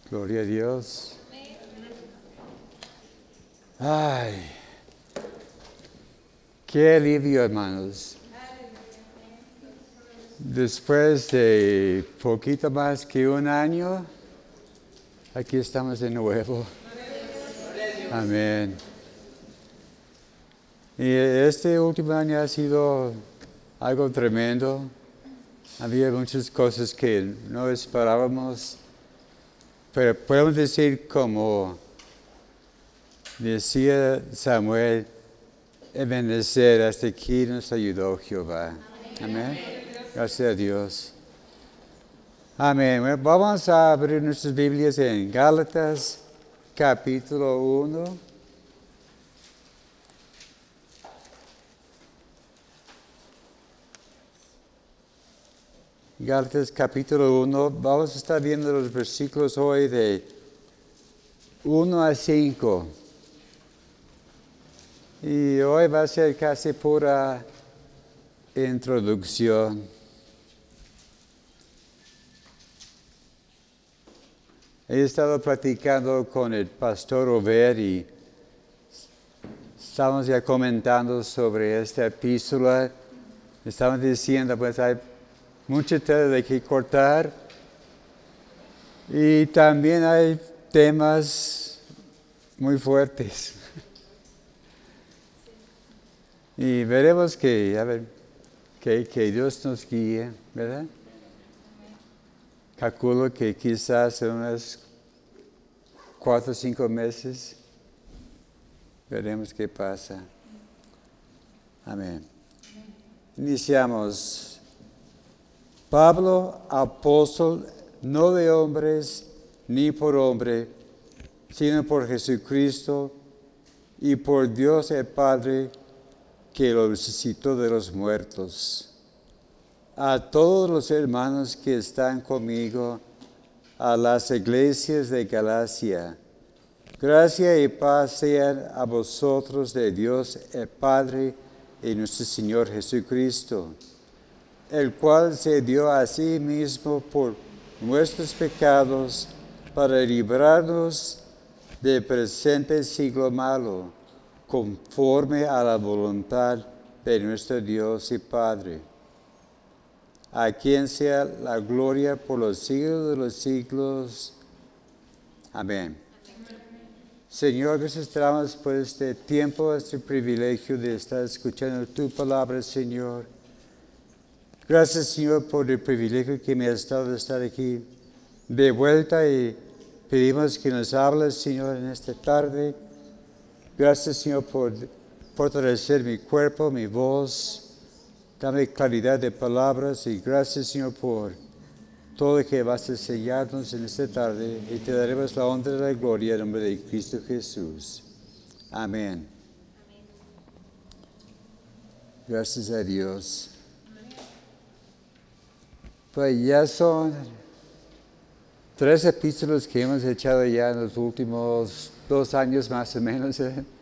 Gloria a Dios. Ay, qué alivio, hermanos. Después de poquito más que un año, aquí estamos de nuevo. Amén. Y este último año ha sido algo tremendo. Había muchas cosas que no esperábamos, pero podemos decir como decía Samuel, Ebenezer, hasta aquí nos ayudó Jehová. Amén. Gracias a Dios. Amén. Bueno, vamos a abrir nuestras Biblias en Gálatas, capítulo 1. Gálatas, capítulo 1. Vamos a estar viendo los versículos hoy de 1 a 5. Y hoy va a ser casi pura introducción. He estado platicando con el pastor Over y estamos ya comentando sobre esta epístola. Estamos diciendo, pues hay mucha tela de que cortar y también hay temas muy fuertes. Y veremos que Dios nos guíe, ¿verdad? Calculo que quizás en unos 4 o 5 meses veremos qué pasa. Amén. Iniciamos. Pablo, apóstol, no de hombres ni por hombre, sino por Jesucristo y por Dios el Padre, que lo resucitó de los muertos. A todos los hermanos que están conmigo, a las iglesias de Galacia, gracia y paz sean a vosotros de Dios el Padre y nuestro Señor Jesucristo, el cual se dio a sí mismo por nuestros pecados para librarnos del presente siglo malo, conforme a la voluntad de nuestro Dios y Padre, a quien sea la gloria por los siglos de los siglos. Amén. Señor, gracias te damos por este tiempo, este privilegio de estar escuchando tu palabra, Señor. Gracias, Señor, por el privilegio que me has dado de estar aquí de vuelta y pedimos que nos hables, Señor, en esta tarde. Gracias, Señor, por fortalecer mi cuerpo, mi voz. Dame claridad de palabras y gracias, Señor, por todo lo que vas a enseñarnos en esta tarde y te daremos la honra y la gloria en nombre de Cristo Jesús. Amén. Gracias a Dios. Pues ya son 3 epístolas que hemos echado ya en los últimos 2 años más o menos.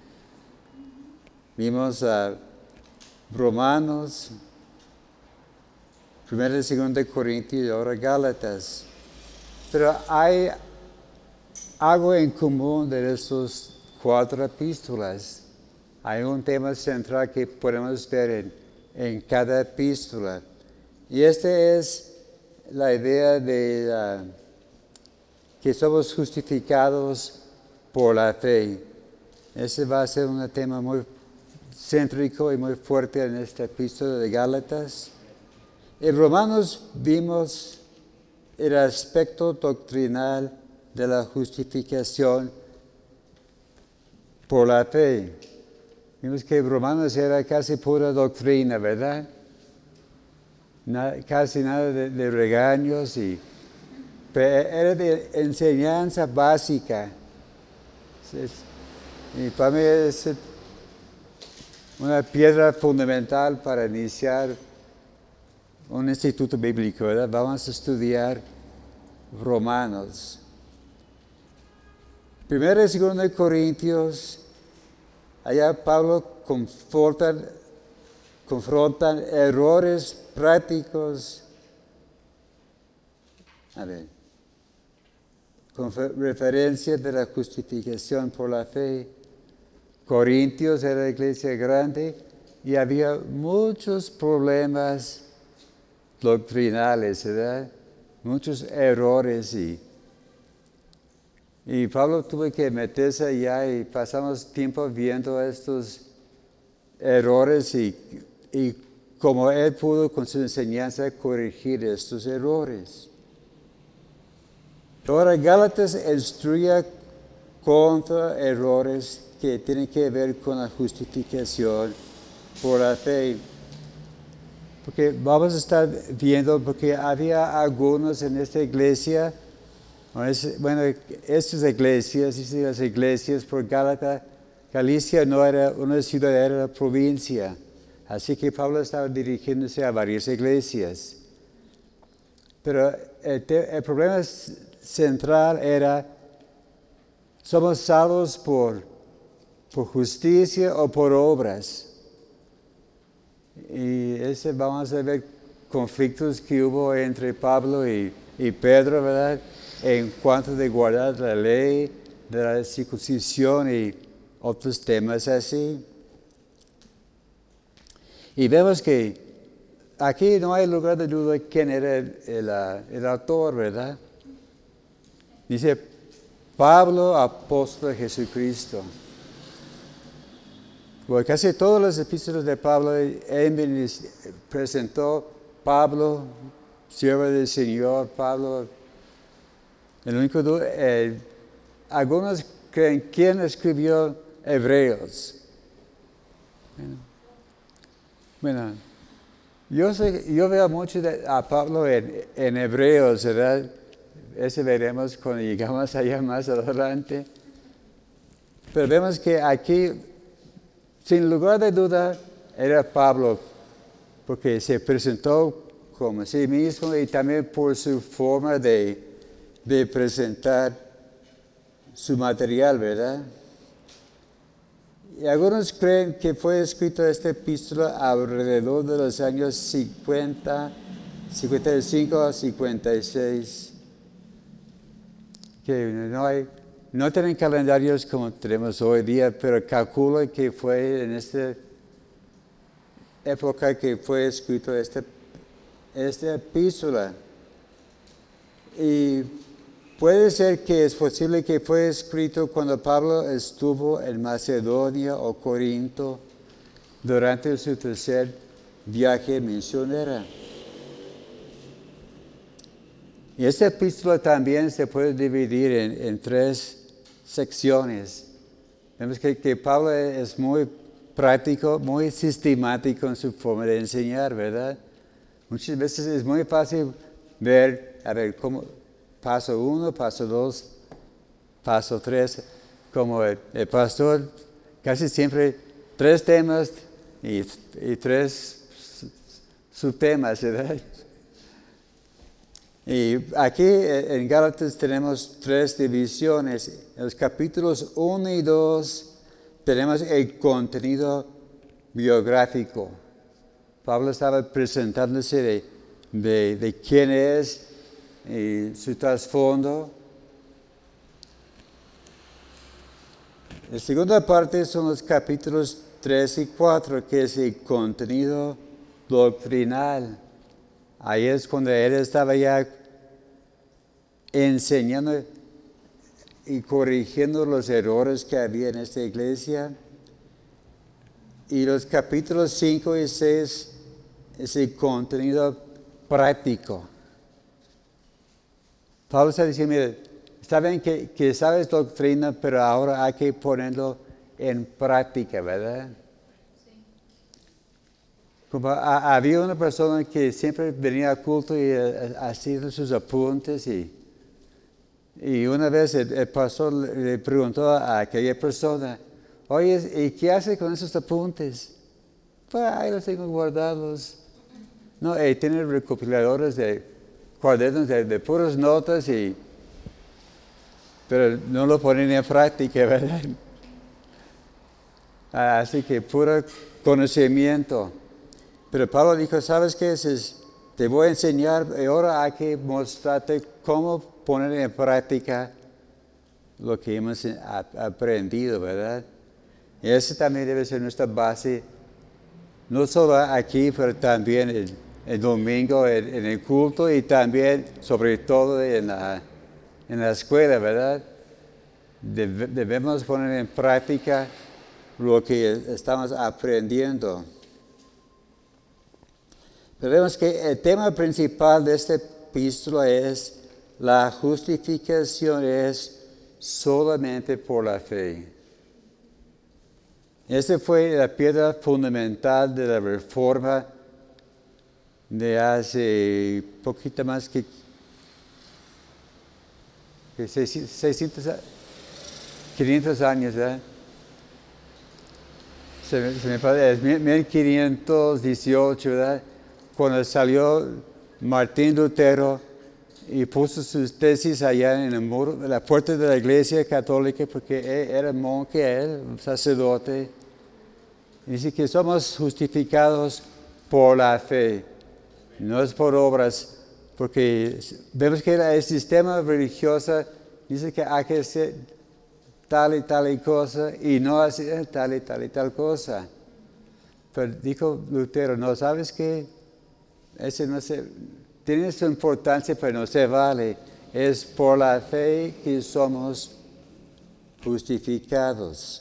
Vimos a Romanos, 1 y 2 Corintios y ahora Gálatas. Pero hay algo en común de estas 4 epístolas. Hay un tema central que podemos ver en cada epístola. Y esta es la idea de que somos justificados por la fe. Ese va a ser un tema muy céntrico y muy fuerte en esta epístola de Gálatas. En Romanos vimos el aspecto doctrinal de la justificación por la fe. Vimos que Romanos era casi pura doctrina, ¿verdad? Casi nada de regaños, pero era de enseñanza básica. Y para mí es una piedra fundamental para iniciar un instituto bíblico, ¿verdad? Vamos a estudiar Romanos. 1 y 2 Corintios, allá Pablo confrontan errores prácticos. A ver. con referencia de la justificación por la fe. Corintios era la iglesia grande y había muchos problemas doctrinales, ¿verdad? Muchos errores y Pablo tuvo que meterse allá y pasamos tiempo viendo estos errores y cómo él pudo con su enseñanza corregir estos errores. Ahora Gálatas instruye contra errores que tienen que ver con la justificación por la fe. Porque vamos a estar viendo, porque había algunos en esta iglesia, bueno, estas iglesias, las iglesias por Galicia no era una ciudad, era una provincia. Así que Pablo estaba dirigiéndose a varias iglesias. Pero el problema central era, ¿somos salvos por justicia o por obras? Y vamos a ver conflictos que hubo entre Pablo y Pedro, ¿verdad? En cuanto de guardar la ley, de la circuncisión y otros temas así. Y vemos que aquí no hay lugar de duda quién era el autor, ¿verdad? Dice, Pablo, apóstol de Jesucristo. Bueno, casi todas las epístolas de Pablo, él presentó Pablo, siervo del Señor, Pablo. El único algunos creen quién escribió Hebreos. Bueno, yo veo mucho a Pablo en Hebreos, ¿verdad? Eso veremos cuando llegamos allá más adelante. Pero vemos que aquí, sin lugar de duda, era Pablo, porque se presentó como sí mismo y también por su forma de presentar su material, ¿verdad? Y algunos creen que fue escrito esta epístola alrededor de los años 50, 55 a 56. Que no tienen calendarios como tenemos hoy día, pero calculo que fue en esta época que fue escrito esta epístola. Y puede ser que es posible que fue escrito cuando Pablo estuvo en Macedonia o Corinto durante su tercer viaje misionero. Y esta epístola también se puede dividir en tres secciones. Vemos que Pablo es muy práctico, muy sistemático en su forma de enseñar, ¿verdad? Muchas veces es muy fácil ver, cómo paso 1, paso 2, paso 3, como el pastor, casi siempre 3 temas y 3 subtemas, ¿verdad? Y aquí en Gálatas tenemos 3 divisiones. En los capítulos 1 y 2 tenemos el contenido biográfico. Pablo estaba presentándose de quién es y su trasfondo. La segunda parte son los capítulos 3 y 4, que es el contenido doctrinal. Ahí es cuando él estaba ya enseñando y corrigiendo los errores que había en esta iglesia. Y los capítulos 5 y 6 es el contenido práctico. Pablo está diciendo, mira, está bien que sabes doctrina, pero ahora hay que ponerlo en práctica, ¿verdad? Como había una persona que siempre venía al culto y hacía sus apuntes y una vez el pastor le preguntó a aquella persona, oye, ¿y qué hace con esos apuntes? Pues ahí los tengo guardados. No, tiene recopiladores de cuadernos de puras notas pero no lo ponen en práctica, ¿verdad? Así que puro conocimiento. Pero Pablo dijo, ¿sabes qué? Te voy a enseñar, y ahora hay que mostrarte cómo poner en práctica lo que hemos aprendido, ¿verdad? Y eso también debe ser nuestra base, no solo aquí, pero también el domingo en el culto y también, sobre todo, en la escuela, ¿verdad? Debemos poner en práctica lo que estamos aprendiendo. Pero vemos que el tema principal de esta epístola es la justificación es solamente por la fe. Esta fue la piedra fundamental de la Reforma de hace poquito más que 500 años, ¿verdad? Se me parece, es 1518, ¿verdad? Cuando salió Martín Lutero y puso sus tesis allá en el muro, en la puerta de la iglesia católica, porque él era monje, sacerdote. Dice que somos justificados por la fe, no es por obras, porque vemos que el sistema religioso dice que hay que hacer tal y cosa y no hacer tal y tal cosa. Pero dijo Lutero, no, ¿sabes qué? Ese no tiene su importancia, pero no se vale. Es por la fe que somos justificados.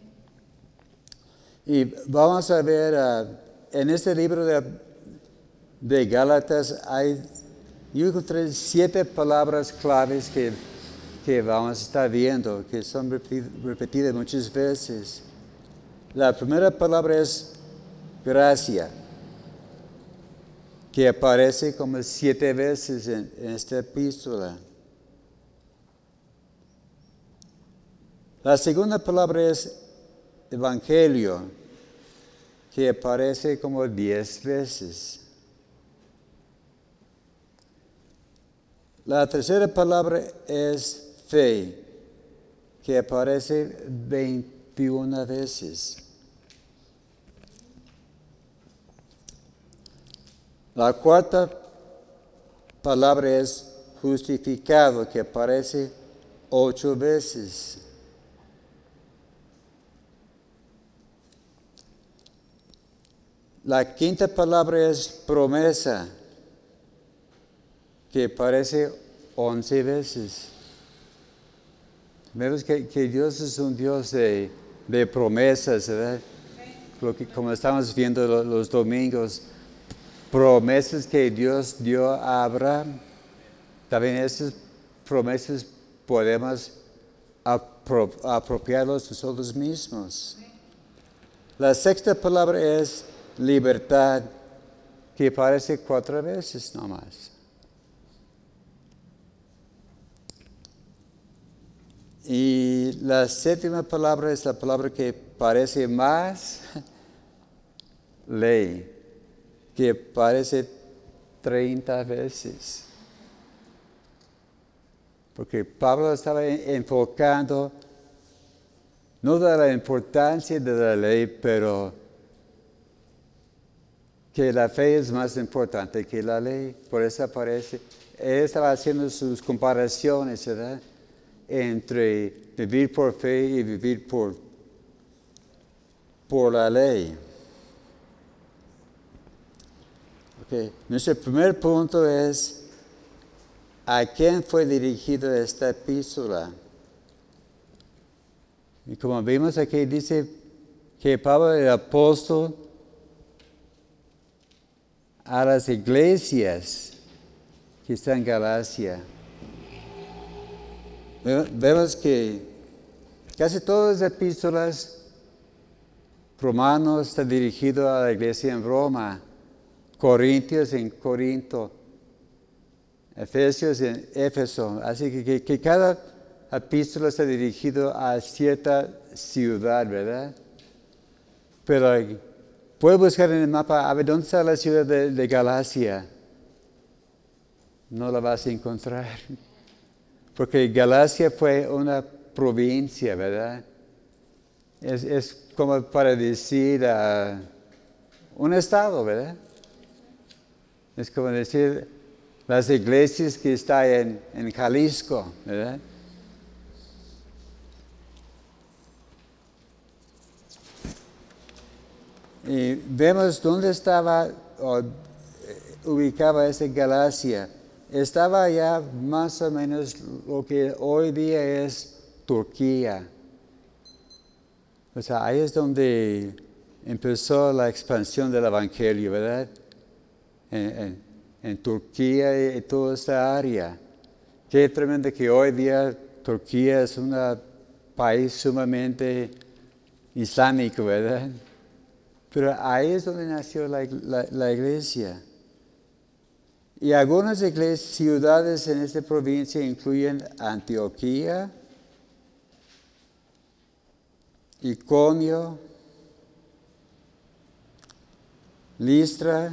Y vamos a ver, en este libro de Gálatas yo encontré 7 palabras claves que vamos a estar viendo, que son repetidas muchas veces. La primera palabra es gracia, que aparece como 7 veces en esta epístola. La segunda palabra es evangelio, que aparece como 10 veces. La tercera palabra es fe, que aparece 21 veces. La cuarta palabra es justificado, que aparece 8 veces. La quinta palabra es promesa, que aparece 11 veces. Vemos que Dios es un Dios de promesas, ¿verdad? Como estamos viendo los domingos, promesas que Dios dio a Abraham. También esas promesas podemos apropiarlos nosotros mismos. La sexta palabra es libertad, que aparece 4 veces nomás. Y la séptima palabra es la palabra que parece más ley, que aparece 30 veces. Porque Pablo estaba enfocando no de la importancia de la ley, pero que la fe es más importante que la ley. Por eso aparece, él estaba haciendo sus comparaciones, ¿verdad? Entre vivir por fe y vivir por la ley. Okay. Nuestro primer punto es, ¿a quién fue dirigida esta epístola? Y como vimos aquí, dice que Pablo, el apóstol, a las iglesias que están en Galacia. Vemos que casi todas las epístolas, Romanos está dirigido a la iglesia en Roma, Corintios en Corinto, Efesios en Éfeso. Así que cada epístola está dirigido a cierta ciudad, ¿verdad? Pero puedes buscar en el mapa, a ver, ¿dónde está la ciudad de Galacia? No la vas a encontrar. Porque Galacia fue una provincia, ¿verdad? Es como para decir un estado, ¿verdad? Es como decir las iglesias que están en Jalisco, ¿verdad? Y vemos dónde estaba o ubicaba esa Galacia. Estaba ya más o menos lo que hoy día es Turquía. O sea, ahí es donde empezó la expansión del Evangelio, ¿verdad? En Turquía y toda esta área. Qué tremendo que hoy día Turquía es un país sumamente islámico, ¿verdad? Pero ahí es donde nació la iglesia. Y algunas ciudades en esta provincia incluyen Antioquía, Iconio, Listra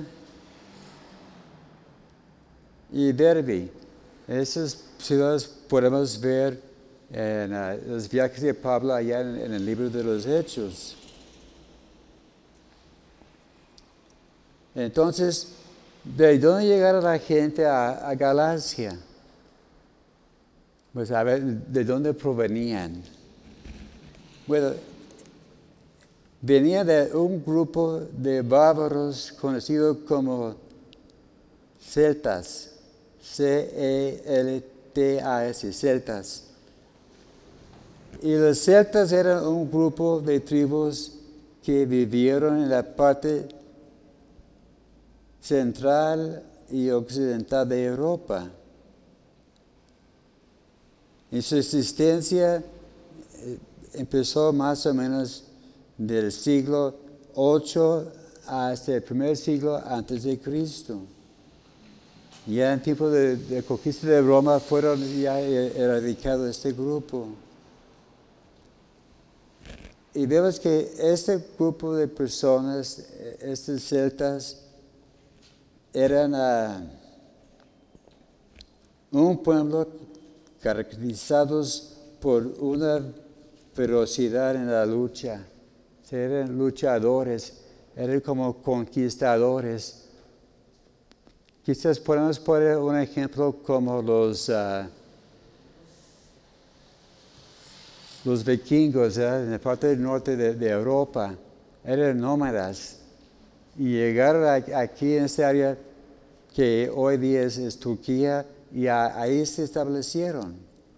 y Derbe. Esas ciudades podemos ver en los viajes de Pablo allá en el libro de los Hechos. Entonces, ¿de dónde llegara la gente a Galacia? Pues a ver, ¿de dónde provenían? Bueno, venía de un grupo de bárbaros conocido como celtas, C-E-L-T-A-S, celtas. Y los celtas eran un grupo de tribus que vivieron en la parte central y occidental de Europa. Y su existencia empezó más o menos del siglo VIII hasta el primer siglo antes de Cristo. Ya en tiempo de conquista de Roma fueron ya erradicados este grupo. Y vemos que este grupo de personas, estos celtas, eran un pueblo caracterizados por una ferocidad en la lucha. Eran luchadores, eran como conquistadores. Quizás podemos poner un ejemplo como los vikingos, en la parte del norte de Europa. Eran nómadas. Y llegaron aquí en esta área que hoy día es Turquía, y ahí se establecieron.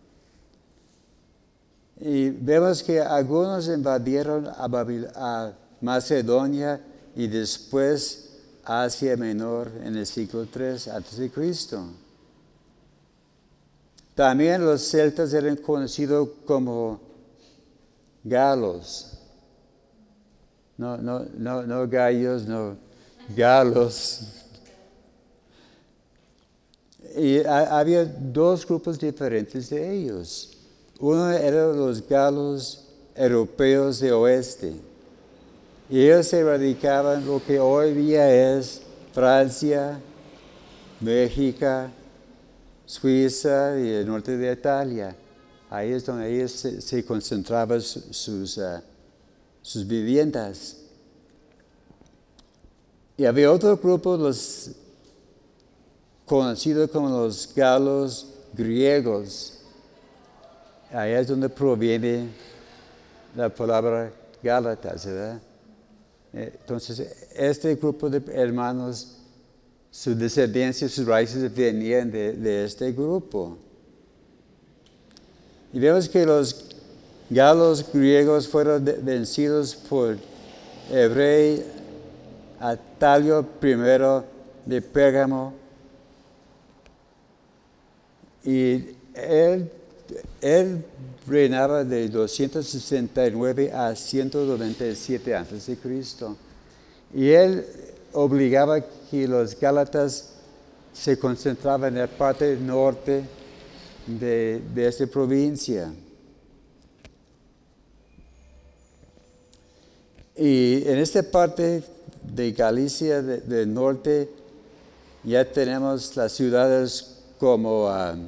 Y vemos que algunos invadieron a Macedonia y después Asia Menor en el siglo III a.C. También los celtas eran conocidos como galos. No gallos, no galos. Y había dos grupos diferentes de ellos. Uno eran los galos europeos de oeste. Y ellos se radicaban en lo que hoy día es Francia, México, Suiza y el norte de Italia. Ahí es donde ellos se concentraban sus viviendas. Y había otro grupo, los conocidos como los galos griegos. Ahí es donde proviene la palabra Gálatas, ¿verdad? Entonces, este grupo de hermanos, su descendencia, sus raíces venían de este grupo. Y vemos que los galos griegos fueron vencidos por el rey Atalio I de Pérgamo. Y él reinaba de 269 a 197 a.C. Y él obligaba que los gálatas se concentraban en la parte norte de esta provincia. Y en esta parte de Galicia del norte ya tenemos las ciudades como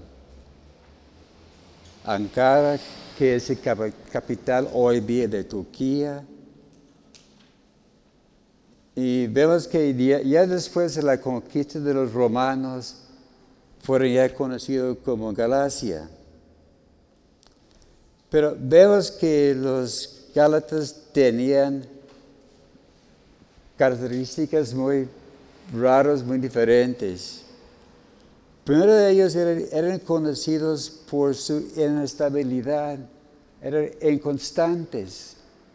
Ankara, que es la capital hoy día de Turquía. Y vemos que ya después de la conquista de los romanos, fueron ya conocidos como Galacia. Pero vemos que los gálatas tenían características muy raras, muy diferentes. Primero de ellos eran conocidos por su inestabilidad, eran inconstantes.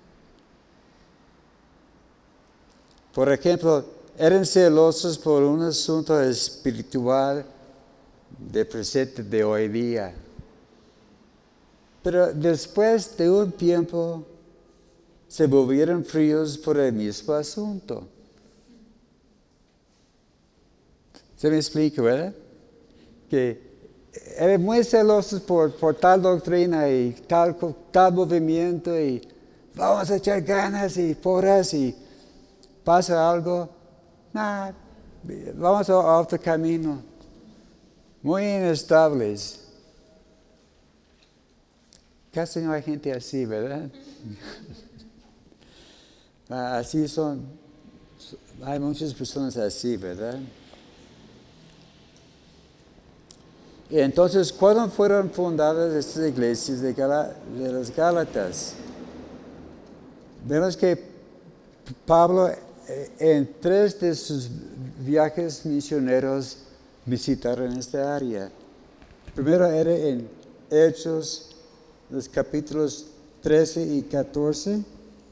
Por ejemplo, eran celosos por un asunto espiritual de presente de hoy día. Pero después de un tiempo se volvieron fríos por el mismo asunto. ¿Se me explica, verdad? Que eran muy celosos por tal doctrina y tal movimiento y vamos a echar ganas y porras y pasa algo, vamos a otro camino. Muy inestables. Casi no hay gente así, ¿verdad? Así son. Hay muchas personas así, ¿verdad? Y entonces, ¿cuándo fueron fundadas estas iglesias de los Gálatas? Vemos que Pablo en 3 de sus viajes misioneros visitaron esta área. Primero era en Hechos, los capítulos 13 y 14.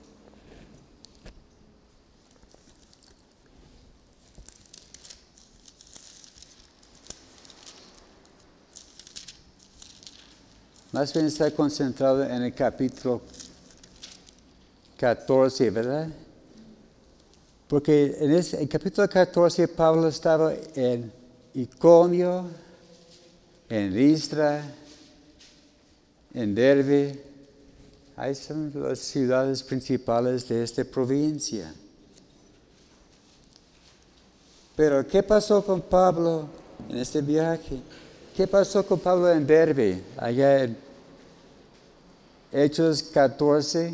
Más bien está concentrado en el capítulo 14, ¿verdad? Porque en el capítulo 14 Pablo estaba en Iconio, en Listra, en Derbe. Ahí son las ciudades principales de esta provincia. Pero, ¿qué pasó con Pablo en este viaje? ¿Qué pasó con Pablo en Derbe? Allá en Hechos 14,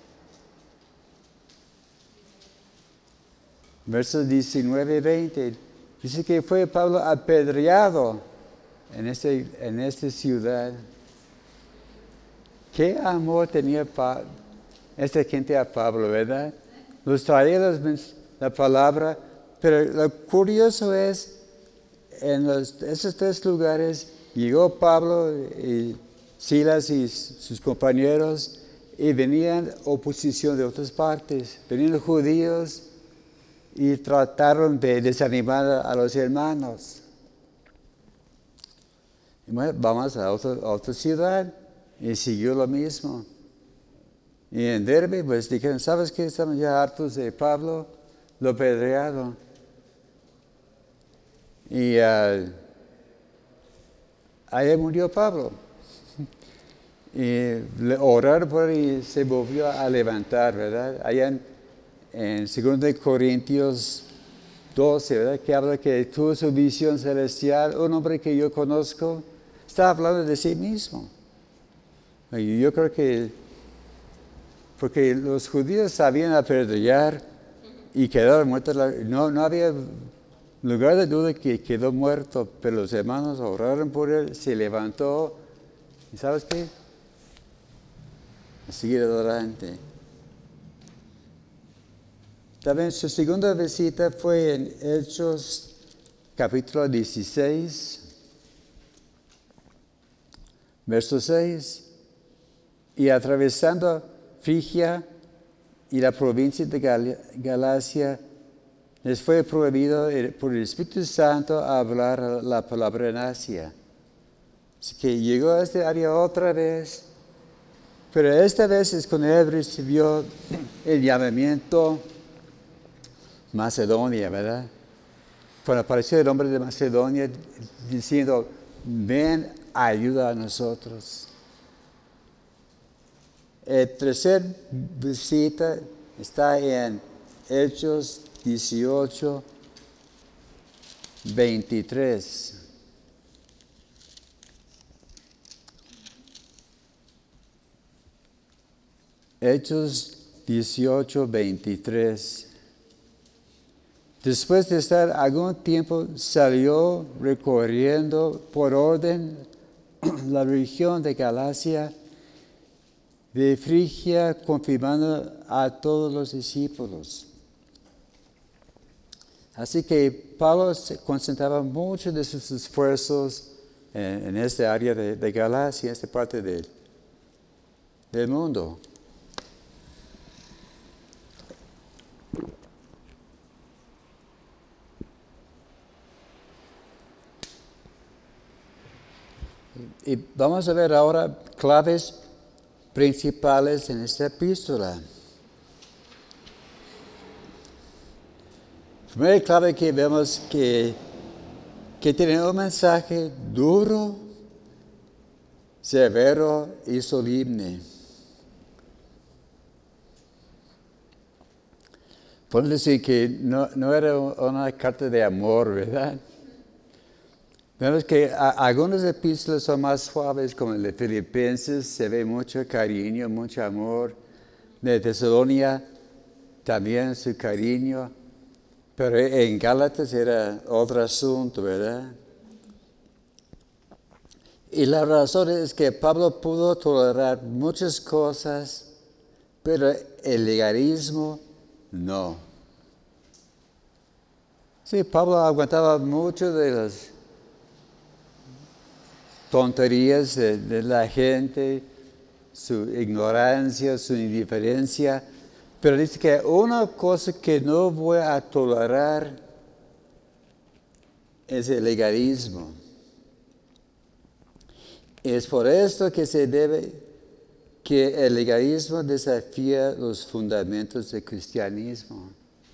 versos 19 y 20. Dice que fue Pablo apedreado en esta ciudad. ¿Qué amor tenía esta gente a Pablo, verdad? Los traía la palabra, pero lo curioso es, en esos 3 lugares llegó Pablo y Silas y sus compañeros y venían oposición de otras partes, venían judíos y trataron de desanimar a los hermanos. Y bueno, vamos a otra ciudad y siguió lo mismo. Y en Derbe pues dijeron, ¿sabes qué? Estamos ya hartos de Pablo, lo apedrearon. Y ahí murió Pablo. Y oraron por él y se volvió a levantar, ¿verdad? Allá en 2 Corintios 12, ¿verdad? Que habla que tuvo su visión celestial. Un hombre que yo conozco está hablando de sí mismo. Y yo creo que porque los judíos sabían apedrear y quedaron muertos. No había lugar de duda que quedó muerto, pero los hermanos oraron por él, se levantó. ¿Y sabes qué? A seguir adelante. También su segunda visita fue en Hechos capítulo 16, verso 6. Y atravesando Frigia y la provincia de Galacia, les fue prohibido por el Espíritu Santo hablar la palabra en Asia. Así que llegó a esta área otra vez, pero esta vez es cuando él recibió el llamamiento Macedonia, ¿verdad? Cuando apareció el hombre de Macedonia diciendo, ven, ayuda a nosotros. El tercer visita está en Hechos 18, 23. Hechos 18, 23. Después de estar algún tiempo, salió recorriendo por orden la región de Galacia, de Frigia, confirmando a todos los discípulos. Así que Pablo se concentraba mucho de sus esfuerzos en esta área de Galacia, en esta parte del mundo. Y vamos a ver ahora claves principales en esta epístola. La primera clave que vemos que tiene un mensaje duro, severo y solemne. Podemos decir que no era una carta de amor, ¿verdad? Vemos que algunas epístolas son más suaves, como el de Filipenses, se ve mucho cariño, mucho amor. De Tesalónica también su cariño. Pero en Gálatas era otro asunto, ¿verdad? Y la razón es que Pablo pudo tolerar muchas cosas, pero el legalismo no. Sí, Pablo aguantaba mucho de las tonterías de la gente, su ignorancia, su indiferencia, pero dice que una cosa que no voy a tolerar es el legalismo. Es por esto que se debe que el legalismo desafía los fundamentos del cristianismo.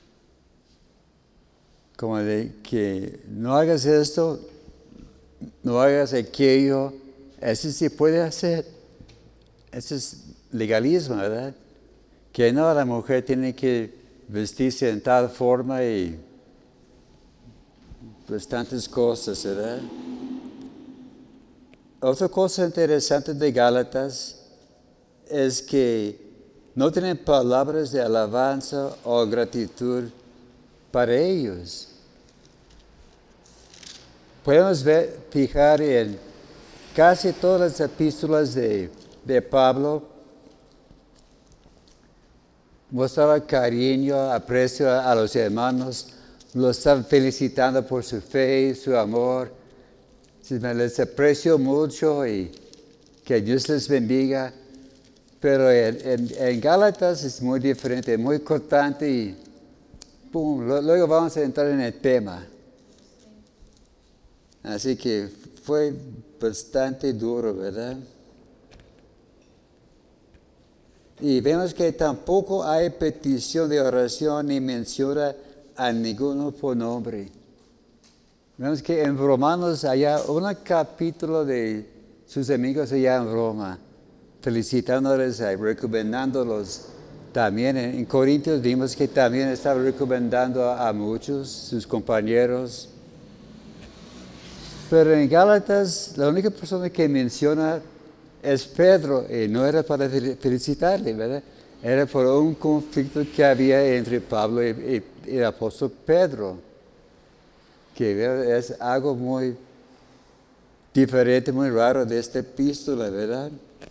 Como de que no hagas esto, no hagas aquello, eso sí puede hacer. Eso es legalismo, ¿verdad? Que no, la mujer tiene que vestirse en tal forma y pues tantas cosas, ¿verdad? Otra cosa interesante de Gálatas es que no tienen palabras de alabanza o gratitud para ellos. Podemos fijar en casi todas las epístolas de Pablo, mostraba cariño, aprecio a los hermanos, los estaba felicitando por su fe, su amor. Les aprecio mucho y que Dios les bendiga. Pero en Gálatas es muy diferente, muy cortante y ¡pum! Luego vamos a entrar en el tema. Así que fue bastante duro, ¿verdad? Y vemos que tampoco hay petición de oración ni menciona a ninguno por nombre. Vemos que en Romanos hay un capítulo de sus amigos allá en Roma, felicitándoles y recomendándolos. También en Corintios vimos que también estaba recomendando a muchos, sus compañeros. Pero en Gálatas, la única persona que menciona es Pedro, y no era para felicitarle, ¿verdad? Era por un conflicto que había entre Pablo y el apóstol Pedro, que es algo muy diferente, muy raro de esta epístola, ¿verdad?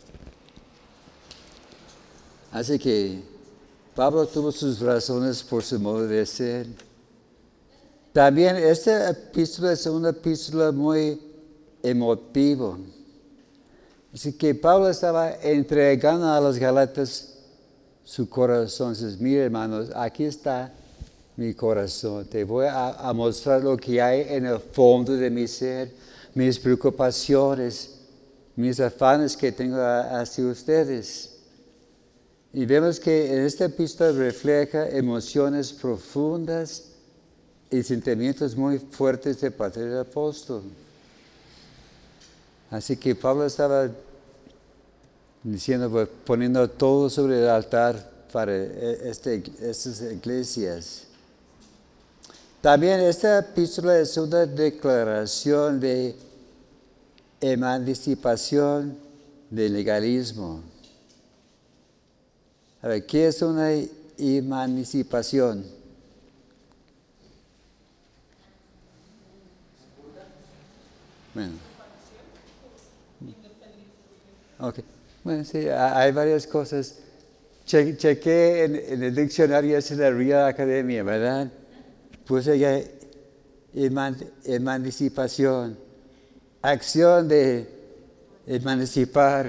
Así que Pablo tuvo sus razones por su modo de ser. También esta epístola es una epístola muy emotiva. Así que Pablo estaba entregando a los Gálatas su corazón. Dice, mira hermanos, aquí está mi corazón. Te voy a mostrar lo que hay en el fondo de mi ser, mis preocupaciones, mis afanes que tengo hacia ustedes. Y vemos que en esta epístola refleja emociones profundas y sentimientos muy fuertes de parte del apóstol. Así que Pablo estaba diciendo, poniendo todo sobre el altar para estas iglesias. También esta epístola es una declaración de emancipación del legalismo. A ver, ¿qué es una emancipación? Bueno. Okay. Bueno, sí, hay varias cosas. Chequé en el diccionario, es de la Real Academia, ¿verdad? puse ya emancipación, acción de emancipar.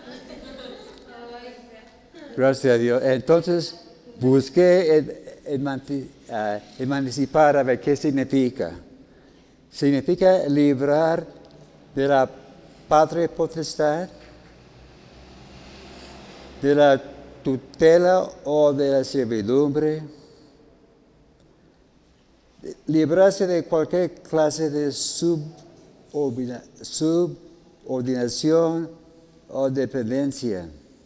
Gracias a Dios. Entonces busqué emancipar, a ver qué significa. Significa librar de la patria potestad, de la tutela o de la servidumbre, librarse de cualquier clase de subordinación o dependencia.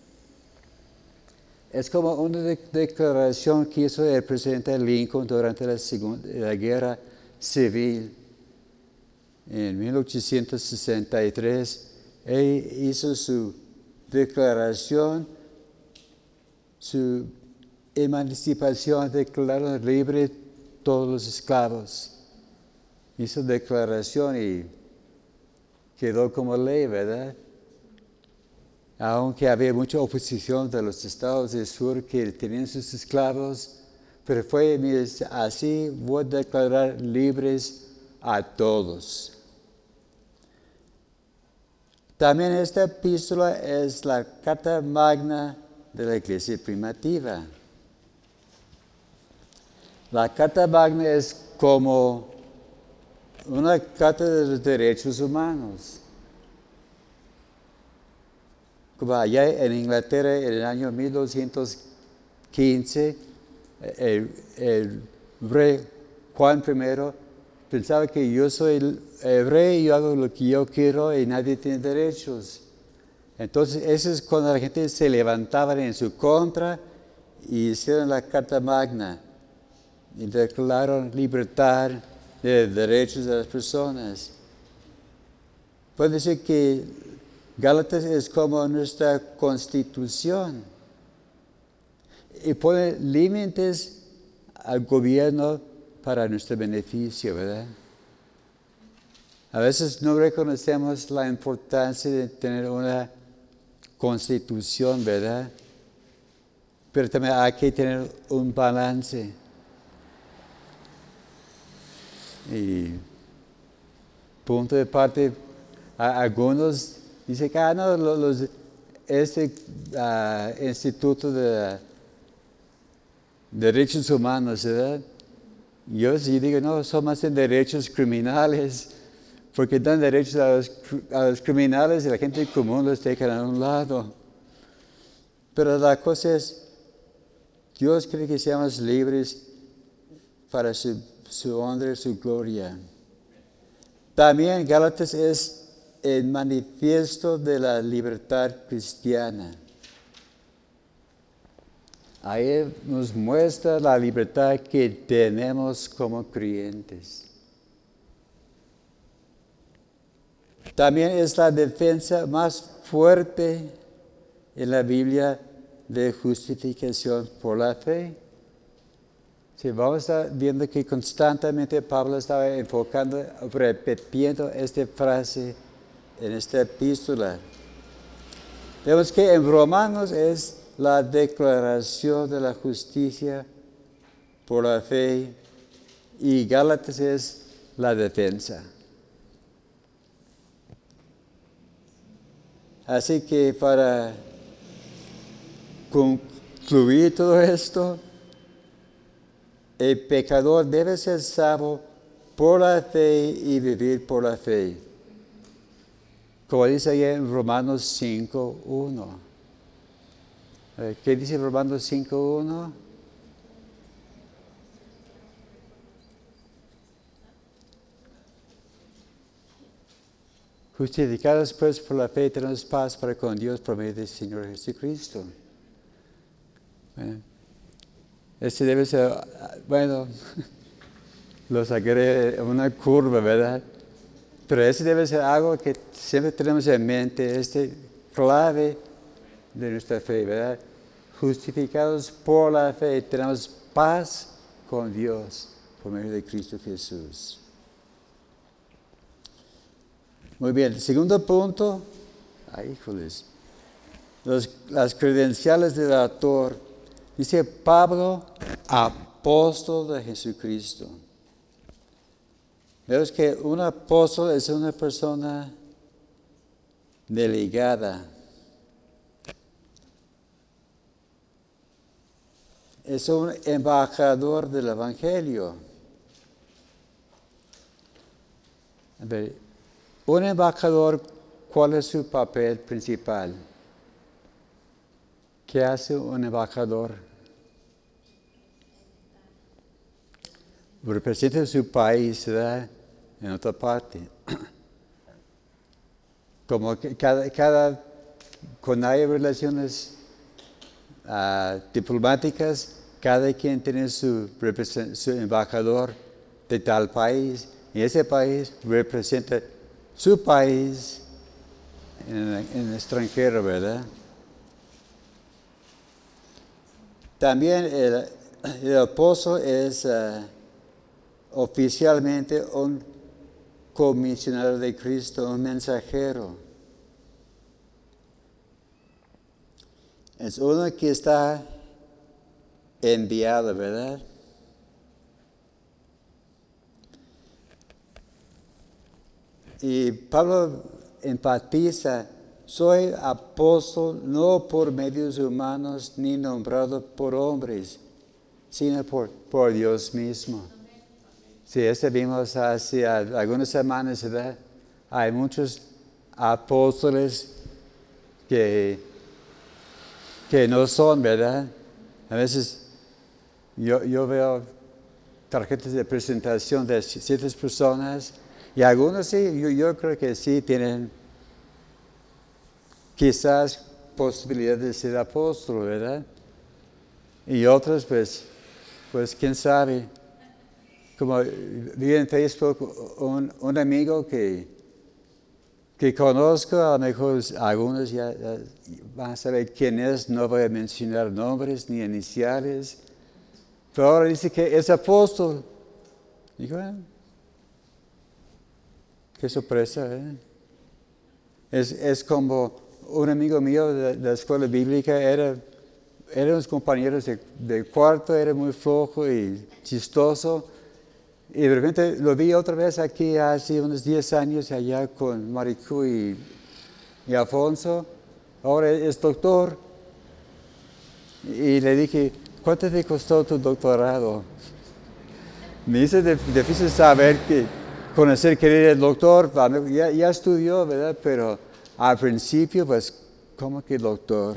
Es como una declaración que hizo el presidente Lincoln durante la Guerra Civil. En 1863, él hizo su declaración, su emancipación, declaró libre todos los esclavos. Hizo declaración y quedó como ley, ¿verdad? Aunque había mucha oposición de los estados del sur que tenían sus esclavos, pero fue así, voy a declarar libres a todos. También esta epístola es la carta magna de la iglesia primitiva. La carta magna es como una carta de los derechos humanos. Como allá en Inglaterra, en el año 1215, el rey Juan I pensaba que yo soy el rey, yo hago lo que yo quiero y nadie tiene derechos. Entonces, eso es cuando la gente se levantaba en su contra y hicieron la Carta Magna y declararon libertad de derechos de las personas. Puede decir que Gálatas es como nuestra constitución y pone límites al gobierno para nuestro beneficio, ¿verdad? A veces no reconocemos la importancia de tener una constitución, ¿verdad? Pero también hay que tener un balance. Y punto de parte, algunos dicen que no, este Instituto de Derechos Humanos, ¿verdad? Yo sí digo, no, son más en derechos criminales, porque dan derechos a los criminales y la gente común los dejan a un lado. Pero la cosa es, Dios quiere que seamos libres para su honra y su gloria. También Gálatas es el manifiesto de la libertad cristiana. Ahí nos muestra la libertad que tenemos como creyentes. También es la defensa más fuerte en la Biblia de justificación por la fe. Sí, vamos a estar viendo que constantemente Pablo estaba enfocando, repitiendo esta frase en esta epístola. Vemos que en Romanos es la declaración de la justicia por la fe y Gálatas es la defensa. Así que para concluir todo esto, el pecador debe ser salvo por la fe y vivir por la fe. Como dice ahí en Romanos 5:1. ¿Qué dice Romanos 5:1? Justificados pues por la fe tenemos paz para con Dios por medio del Señor Jesucristo. Este debe ser, bueno, lo sacaré en una curva, ¿verdad? Pero ese debe ser algo que siempre tenemos en mente, este clave de nuestra fe, ¿verdad? Justificados por la fe, tenemos paz con Dios por medio de Cristo Jesús. Muy bien, segundo punto, híjoles, las credenciales del autor. Dice Pablo, apóstol de Jesucristo. Vemos que un apóstol es una persona delegada. Es un embajador del Evangelio. A ver, un embajador, ¿cuál es su papel principal? ¿Qué hace un embajador? Representa su país, ¿verdad? En otra parte. Como que cuando hay relaciones diplomáticas, cada quien tiene su embajador de tal país, y ese país representa su país en el extranjero, ¿verdad? También el apóstol es oficialmente un comisionado de Cristo, un mensajero. Es uno que está enviado, ¿verdad? Y Pablo enfatiza, soy apóstol no por medios humanos ni nombrado por hombres, sino por Dios mismo. Sí, eso vimos hace algunas semanas, ¿verdad? Hay muchos apóstoles que no son, ¿verdad? A veces yo veo tarjetas de presentación de ciertas personas y algunos sí, yo creo que sí tienen quizás posibilidad de ser apóstol, ¿verdad? Y otros, pues quién sabe. Como vi en Facebook un amigo que conozco, a lo mejor algunos ya van a saber quién es, no voy a mencionar nombres ni iniciales, pero ahora dice que es apóstol. Digo, qué sorpresa, ¿eh? Es como un amigo mío de la escuela bíblica, eran unos compañeros de cuarto, era muy flojo y chistoso. Y de repente lo vi otra vez aquí hace unos 10 años allá con Maricú y Alfonso. Ahora es doctor. Y le dije, ¿cuánto te costó tu doctorado? Me hizo difícil saber conocer que era el doctor. Ya estudió, ¿verdad? Pero al principio, pues, ¿cómo que doctor?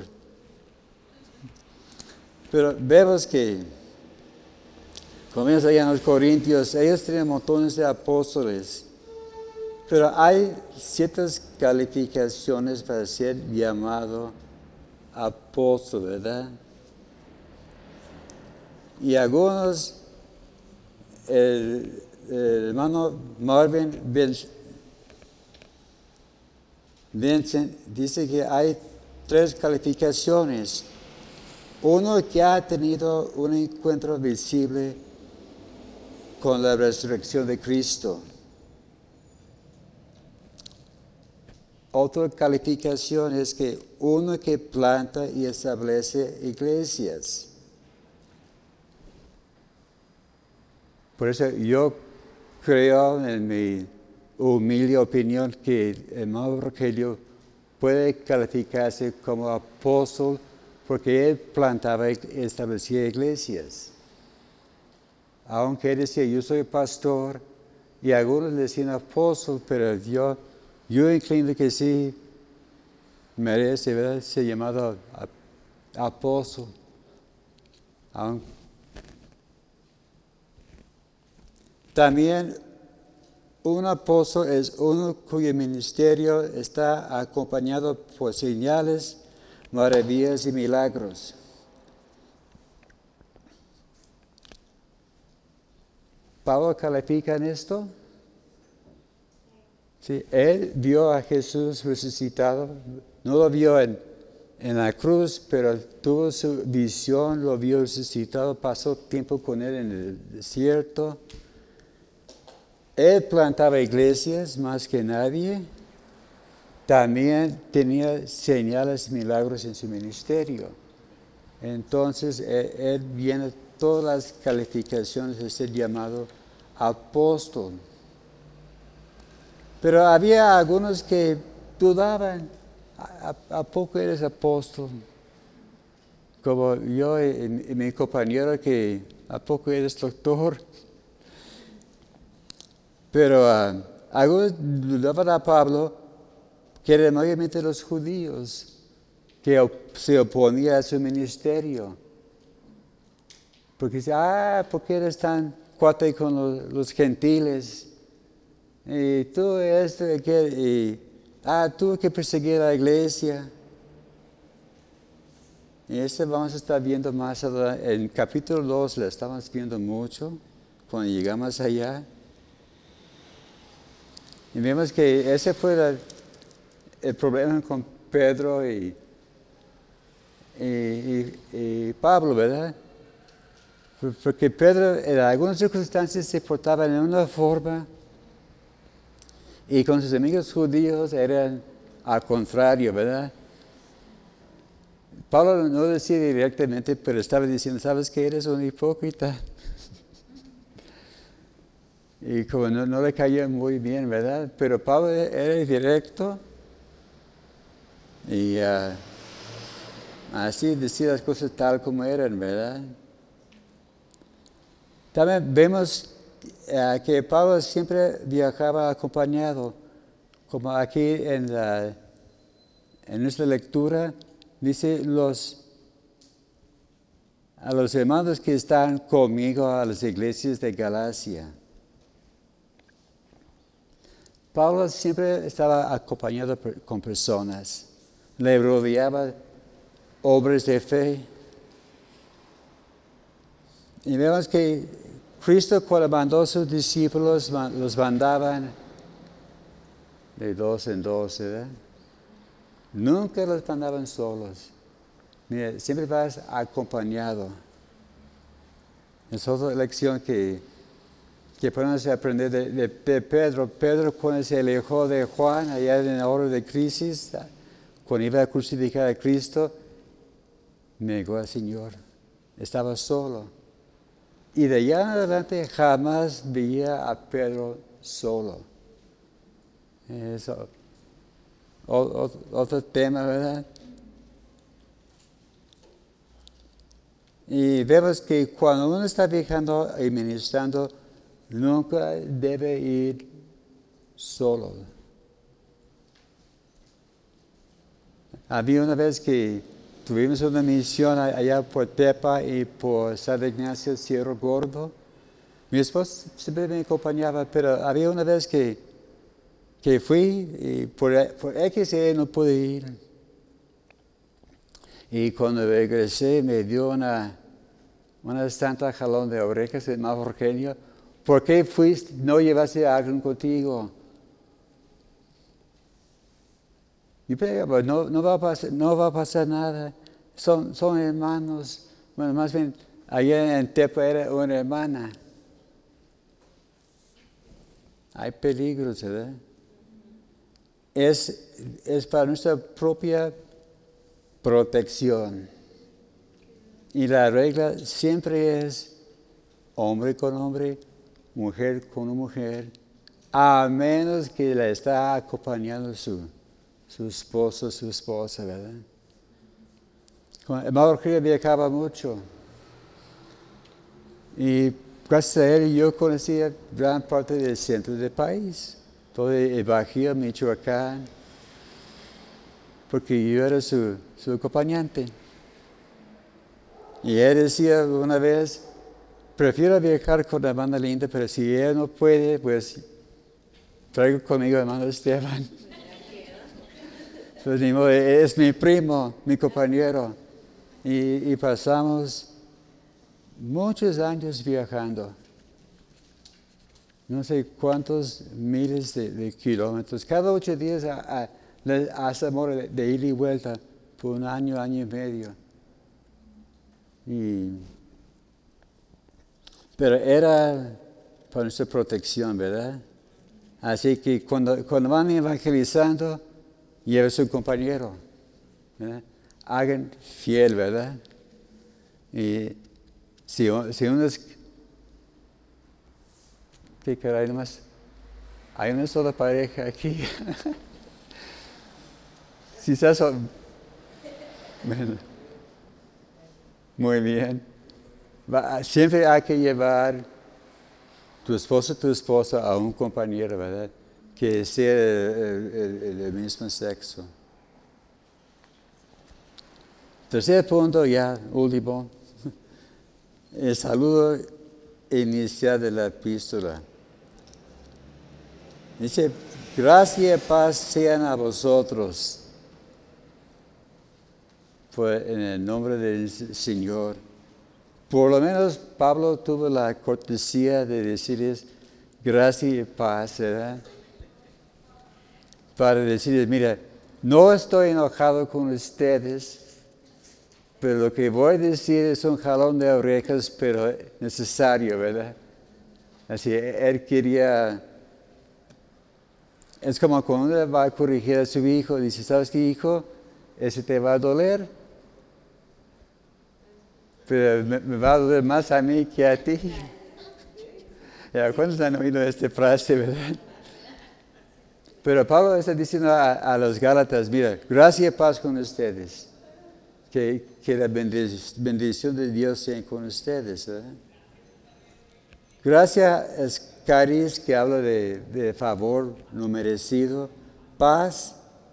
Pero vemos que, comienza allá en los Corintios, ellos tienen montones de apóstoles. Pero hay ciertas calificaciones para ser llamado apóstol, ¿verdad? Y algunos, el hermano Marvin Vincent dice que hay 3 calificaciones. Uno que ha tenido un encuentro visible con la resurrección de Cristo. Otra calificación es que uno que planta y establece iglesias. Por eso yo creo, en mi humilde opinión, que el hermano Rogelio puede calificarse como apóstol porque él plantaba y establecía iglesias. Aunque él decía, yo soy pastor, y algunos le decían apóstol, pero yo inclino que sí merece, ¿verdad?, ser llamado apóstol. También un apóstol es uno cuyo ministerio está acompañado por señales, maravillas y milagros. ¿Pablo califica en esto? Sí, él vio a Jesús resucitado, no lo vio en la cruz, pero tuvo su visión, lo vio resucitado, pasó tiempo con él en el desierto. Él plantaba iglesias más que nadie. También tenía señales y milagros en su ministerio. Entonces, él viene todas las calificaciones de ser llamado apóstol. Pero había algunos que dudaban, ¿a poco eres apóstol? Como yo y mi compañero que ¿a poco eres doctor? Pero algunos dudaban a Pablo, que eran mayormente los judíos, que se oponían a su ministerio. Porque dice, ¿por qué eres tan cuate con los gentiles? Y tú esto y aquel, y tuve que perseguir a la iglesia. Y eso vamos a estar viendo más adelante. En capítulo 2 lo estamos viendo mucho cuando llegamos allá. Y vemos que ese fue el problema con Pedro y Pablo, ¿verdad? Porque Pedro en algunas circunstancias se portaba en una forma y con sus amigos judíos eran al contrario, ¿verdad? Pablo no decía directamente, pero estaba diciendo, ¿sabes que eres un hipócrita? Y como no le caía muy bien, ¿verdad? Pero Pablo era directo y así decía las cosas tal como eran, ¿verdad? También vemos que Pablo siempre viajaba acompañado, como aquí en nuestra lectura, dice a los hermanos que están conmigo a las iglesias de Galacia. Pablo siempre estaba acompañado con personas, le rodeaba hombres de fe. Y vemos que Cristo cuando mandó a sus discípulos, los mandaban de 2 en 2, ¿verdad? Nunca los mandaban solos. Mira, siempre vas acompañado. Es otra lección que podemos aprender de Pedro. Pedro cuando se alejó de Juan, allá en la hora de crisis, cuando iba a crucificar a Cristo, negó al Señor. Estaba solo. Y de allá en adelante jamás veía a Pedro solo. Eso, otro tema, ¿verdad? Y vemos que cuando uno está viajando y ministrando, nunca debe ir solo. Había una vez que tuvimos una misión allá por Tepa y por San Ignacio Cerro Gordo. Mi esposo siempre me acompañaba, pero había una vez que fui y por X no pude ir. Y cuando regresé me dio una santa jalón de orejas de más Eugenio. ¿Por qué fuiste? No llevaste a alguien contigo. Y pero no va a pasar nada. Son hermanos. Bueno, más bien, allá en Tepa era una hermana. Hay peligros, ¿verdad? Es para nuestra propia protección. Y la regla siempre es hombre con hombre, mujer con mujer, a menos que la está acompañando su esposo, su esposa, ¿verdad? El hermano Jorge viajaba mucho. Y gracias a él yo conocía gran parte del centro del país, todo el Bajío, Michoacán, porque yo era su acompañante. Y él decía una vez, prefiero viajar con la hermana Linda, pero si ella no puede, pues traigo conmigo a hermano Esteban. Pues es mi primo, mi compañero. Y pasamos muchos años viajando. No sé cuántos miles de kilómetros. Cada 8 días a Zamora de ida y vuelta por un año y medio. Pero era para nuestra protección, ¿verdad? Así que cuando van evangelizando, lleve a su compañero, ¿verdad? Hagan fiel, ¿verdad? Y si uno es... ¿Qué caray nomás? Hay una sola pareja aquí. Si estás... Bueno, muy bien. Siempre hay que llevar tu esposa a un compañero, ¿verdad? Que sea el mismo sexo. Tercer punto, ya último. El saludo inicial de la epístola. Dice, gracia y paz sean a vosotros. Fue en el nombre del Señor. Por lo menos Pablo tuvo la cortesía de decirles gracia y paz, ¿verdad? Para decirles, mira, no estoy enojado con ustedes, pero lo que voy a decir es un jalón de orejas, pero necesario, ¿verdad? Así, él quería... Es como cuando uno va a corregir a su hijo, dice, ¿sabes qué, hijo? Ese te va a doler, pero me va a doler más a mí que a ti. ¿Cuántos han oído esta frase, verdad? Pero Pablo está diciendo a los Gálatas, mira, gracia y paz con ustedes. Que la bendición de Dios sea con ustedes. ¿Verdad? Gracia es cariz, que habla de favor no merecido. Paz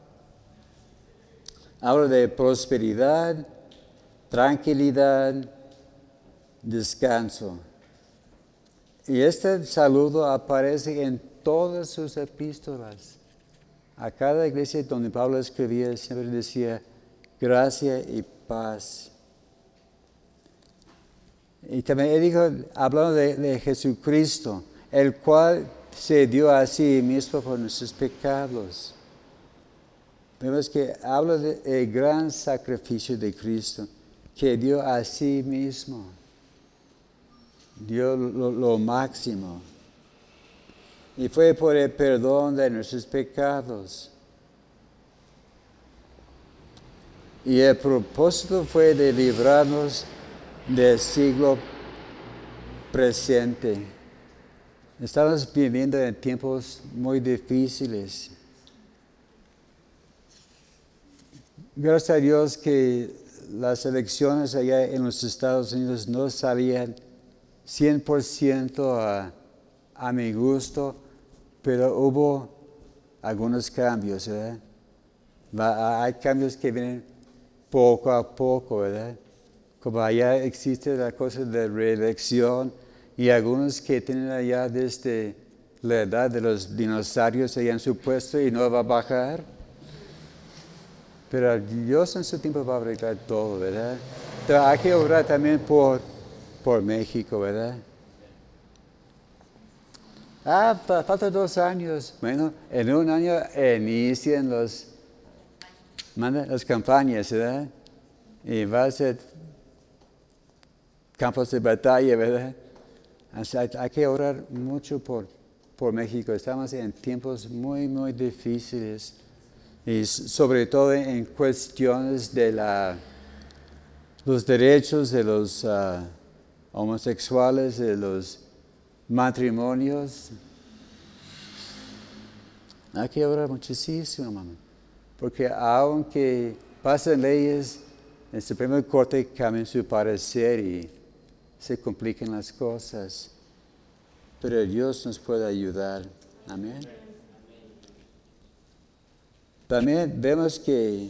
habla de prosperidad, tranquilidad, descanso. Y este saludo aparece en todas sus epístolas. A cada iglesia donde Pablo escribía siempre decía gracia y paz. Y también él dijo, hablando de Jesucristo, el cual se dio a sí mismo por nuestros pecados. Vemos que habla del gran sacrificio de Cristo, que dio a sí mismo. Dio lo máximo. Y fue por el perdón de nuestros pecados. Y el propósito fue de librarnos del siglo presente. Estamos viviendo en tiempos muy difíciles. Gracias a Dios que las elecciones allá en los Estados Unidos no salían 100% a mi gusto, pero hubo algunos cambios, ¿verdad? Hay cambios que vienen poco a poco, ¿verdad? Como allá existe la cosa de reelección y algunos que tienen allá desde la edad de los dinosaurios allá en su puesto y no va a bajar. Pero Dios en su tiempo va a arreglar todo, ¿verdad? Pero hay que orar también por México, ¿verdad? Falta 2 años. Bueno, en un año inician las campañas, ¿verdad? Y va a ser campos de batalla, ¿verdad? Hay que orar mucho por México. Estamos en tiempos muy, muy difíciles. Y sobre todo en cuestiones de los derechos de los homosexuales, de los matrimonios. Hay que orar muchísimo, mamá. Porque aunque pasen leyes, el Supremo Corte cambia su parecer y se complican las cosas. Pero Dios nos puede ayudar. Amén. También vemos que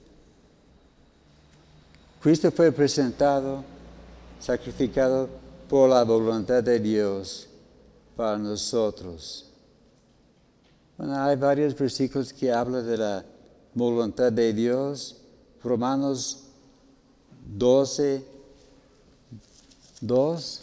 Cristo fue presentado, sacrificado por la voluntad de Dios para nosotros. Bueno, hay varios versículos que hablan de la voluntad de Dios. Romanos 12, 2.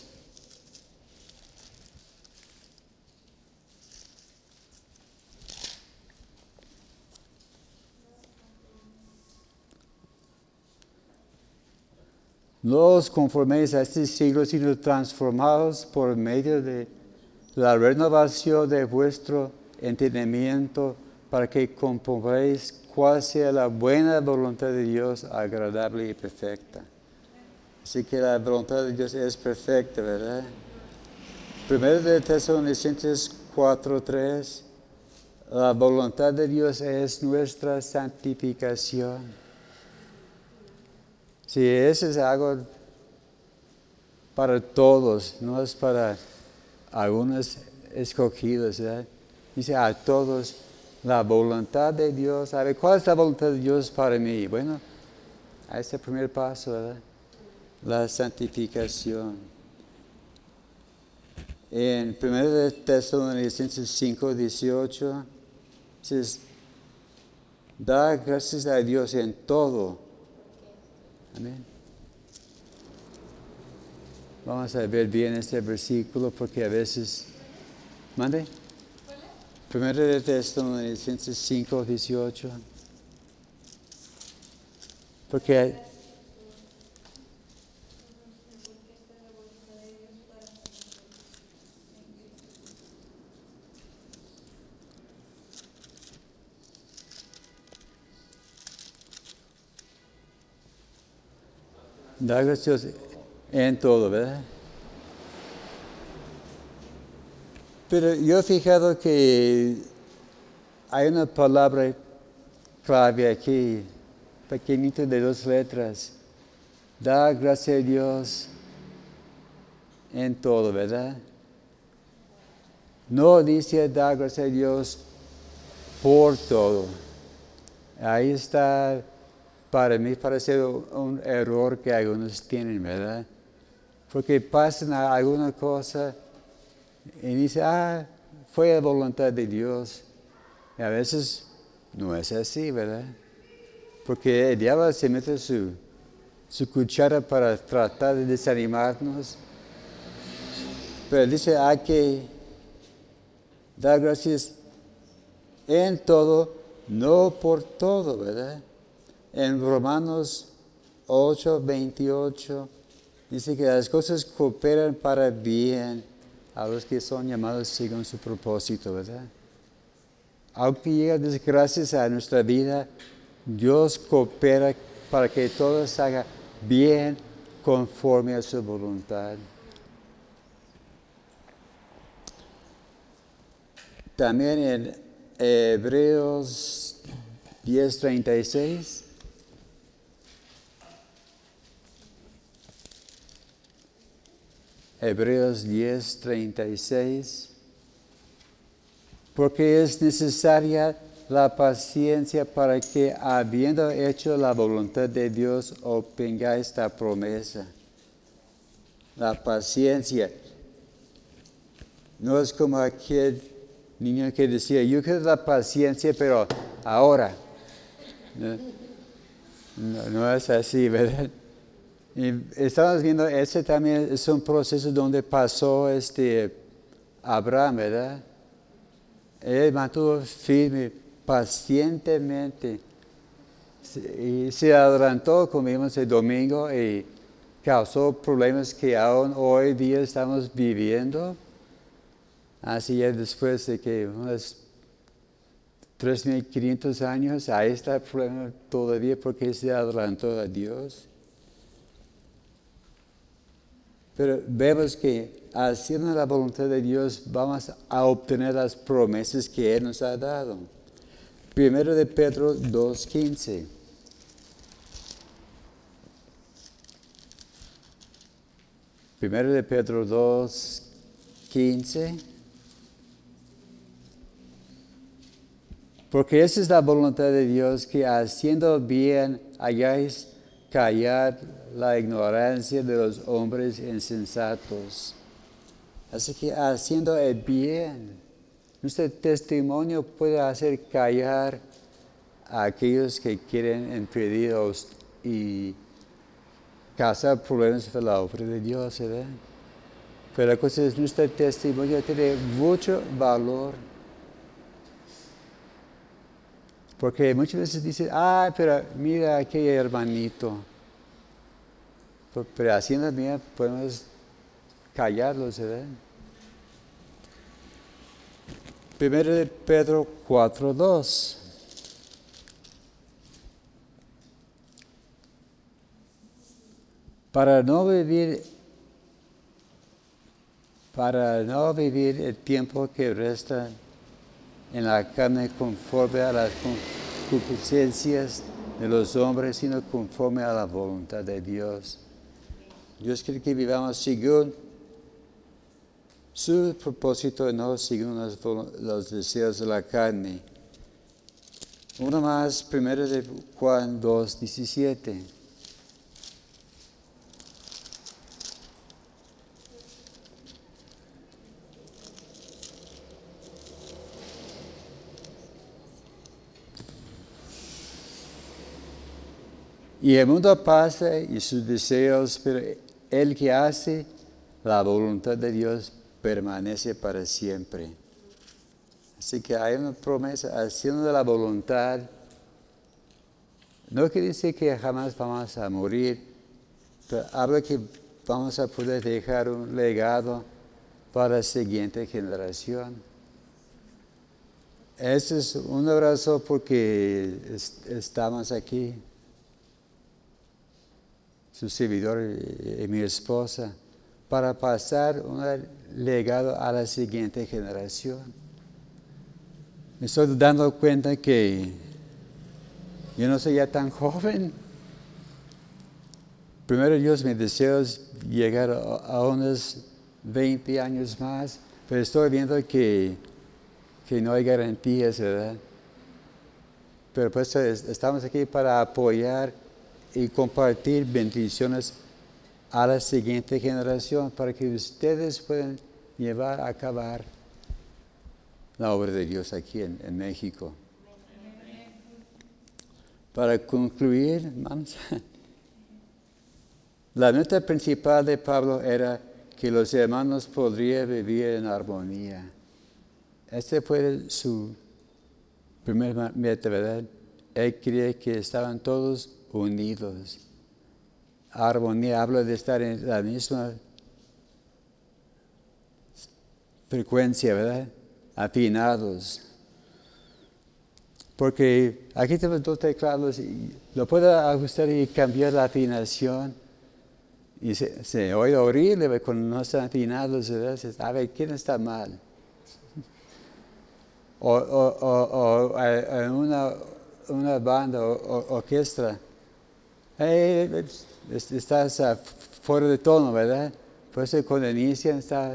No os conforméis a este siglo, sino transformados por medio de la renovación de vuestro entendimiento, para que comprobéis cuál sea la buena voluntad de Dios, agradable y perfecta. Así que la voluntad de Dios es perfecta, ¿verdad? Primero de Tesalonicenses 4:3. La voluntad de Dios es nuestra santificación. Si eso es algo para todos, no es para algunos escogidos, ¿verdad? Dice a todos, la voluntad de Dios. A ver, ¿cuál es la voluntad de Dios para mí? Bueno, a ese primer paso, ¿verdad? La santificación. En 1 Tesalonicenses 5, 18, dice, da gracias a Dios en todo. Amén. Vamos a ver bien este versículo porque a veces... ¿Mande? 1 Tesalonicenses 5, 18. Porque da gracias en todo, ¿verdad? Pero yo he fijado que hay una palabra clave aquí, pequeñita de 2 letras. Da gracias a Dios en todo, ¿verdad? No dice da gracias a Dios por todo. Ahí está, para mí parece un error que algunos tienen, ¿verdad? Porque pasan a alguna cosa y dicen, fue la voluntad de Dios. Y a veces no es así, ¿verdad? Porque el diablo se mete su cuchara para tratar de desanimarnos. Pero dice, hay que dar gracias en todo, no por todo, ¿verdad? En Romanos 8, 28, dice que las cosas cooperan para bien a los que son llamados según su propósito, ¿verdad? Aunque lleguen desgracias a nuestra vida, Dios coopera para que todo se haga bien conforme a su voluntad. También en Hebreos 10:36. Hebreos 10:36. Porque es necesaria la paciencia para que, habiendo hecho la voluntad de Dios, obtengáis esta promesa. La paciencia. No es como aquel niño que decía, yo quiero la paciencia, pero ahora. No es así, ¿verdad? Y estamos viendo, ese también es un proceso donde pasó Abraham, ¿verdad? Él mantuvo firme, pacientemente. Y se adelantó, como vimos el domingo, y causó problemas que aún hoy día estamos viviendo. Así es, después de que unos 3.500 años, ahí está el problema todavía porque se adelantó a Dios. Pero vemos que haciendo la voluntad de Dios vamos a obtener las promesas que Él nos ha dado. Primero de Pedro 2:15. Primero de Pedro 2:15. Porque esa es la voluntad de Dios, que haciendo bien hagáis callar la ignorancia de los hombres insensatos. Así que haciendo el bien, nuestro testimonio puede hacer callar a aquellos que quieren impedir y causar problemas para la obra de Dios, ¿verdad? Pero la cosa es, nuestro testimonio tiene mucho valor. Porque muchas veces dicen, pero mira aquel hermanito. Pero haciendo bien podemos callarlos, ¿verdad? Primero de Pedro 4:2. Para no vivir el tiempo que resta en la carne conforme a las concupiscencias de los hombres, sino conforme a la voluntad de Dios. Dios quiere que vivamos según su propósito, no según los deseos de la carne. Uno más, 1 de Juan 2:17. Y el mundo pasa y sus deseos, pero el que hace la voluntad de Dios permanece para siempre. Así que hay una promesa, haciendo la voluntad. No quiere decir que jamás vamos a morir, pero habla que vamos a poder dejar un legado para la siguiente generación. Ese es un abrazo porque estamos aquí. Su servidor y mi esposa, para pasar un legado a la siguiente generación. Me estoy dando cuenta que yo no soy ya tan joven. Primero Dios me deseo llegar a unos 20 años más, pero estoy viendo que no hay garantías, ¿verdad? Pero pues estamos aquí para apoyar y compartir bendiciones a la siguiente generación para que ustedes puedan llevar a cabo la obra de Dios aquí en México. Para concluir, hermanos, la meta principal de Pablo era que los hermanos podrían vivir en armonía. Este fue su primer meta, ¿verdad? Él quería que estaban todos unidos. Armonía habla de estar en la misma frecuencia, ¿verdad? Afinados. Porque aquí tenemos dos teclados y lo puedo ajustar y cambiar la afinación. Y se oye horrible cuando no están afinados, ¿verdad? A ver, ¿quién está mal? O en una banda o orquesta. Estás fuera de tono, ¿verdad? Por eso cuando inician está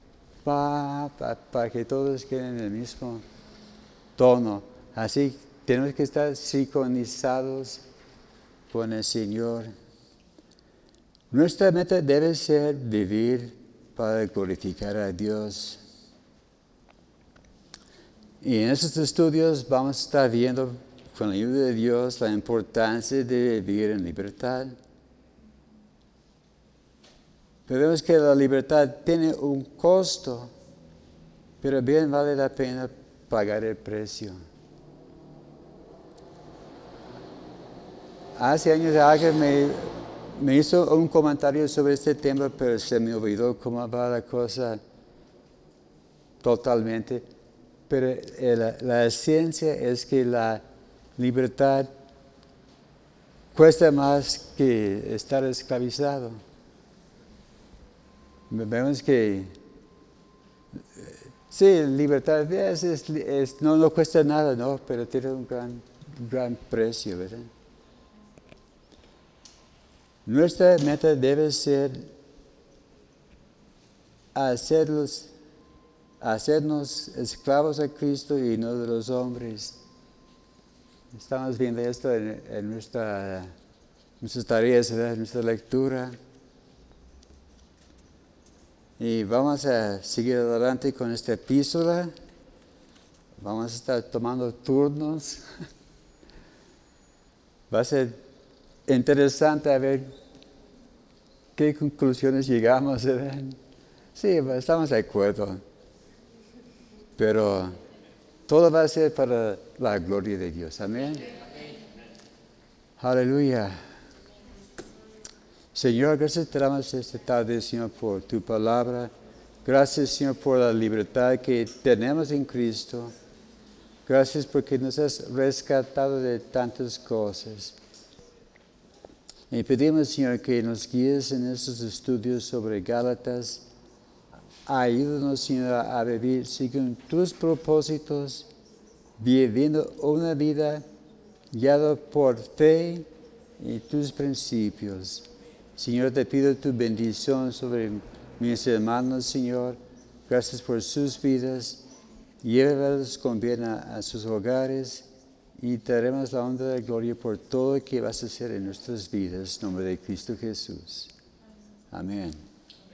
para que todos queden en el mismo tono. Así tenemos que estar sincronizados con el Señor. Nuestra meta debe ser vivir para glorificar a Dios. Y en estos estudios vamos a estar viendo con la ayuda de Dios la importancia de vivir en libertad. Pero vemos que la libertad tiene un costo, pero bien vale la pena pagar el precio. Hace años alguien me hizo un comentario sobre este tema, pero se me olvidó cómo va la cosa totalmente. Pero la esencia es que la libertad cuesta más que estar esclavizado. Vemos que sí, libertad no cuesta nada, ¿no? Pero tiene un gran precio, ¿verdad? Nuestra meta debe ser hacernos esclavos a Cristo y no de los hombres. Estamos viendo esto en nuestras tareas, ¿verdad? En nuestra lectura. Y vamos a seguir adelante con esta epístola. Vamos a estar tomando turnos. Va a ser interesante a ver qué conclusiones llegamos, ¿verdad? Sí, estamos de acuerdo. Pero todo va a ser para la gloria de Dios. Amén. Aleluya. Señor, gracias te damos esta tarde, Señor, por tu palabra. Gracias, Señor, por la libertad que tenemos en Cristo. Gracias porque nos has rescatado de tantas cosas. Y pedimos, Señor, que nos guíes en estos estudios sobre Gálatas. Ayúdanos, Señor, a vivir según tus propósitos viviendo una vida guiada por fe y tus principios. Señor, te pido tu bendición sobre mis hermanos, Señor. Gracias por sus vidas. Llévalos con bien a sus hogares y te daremos la honra y la gloria por todo lo que vas a hacer en nuestras vidas. En nombre de Cristo Jesús. Amén.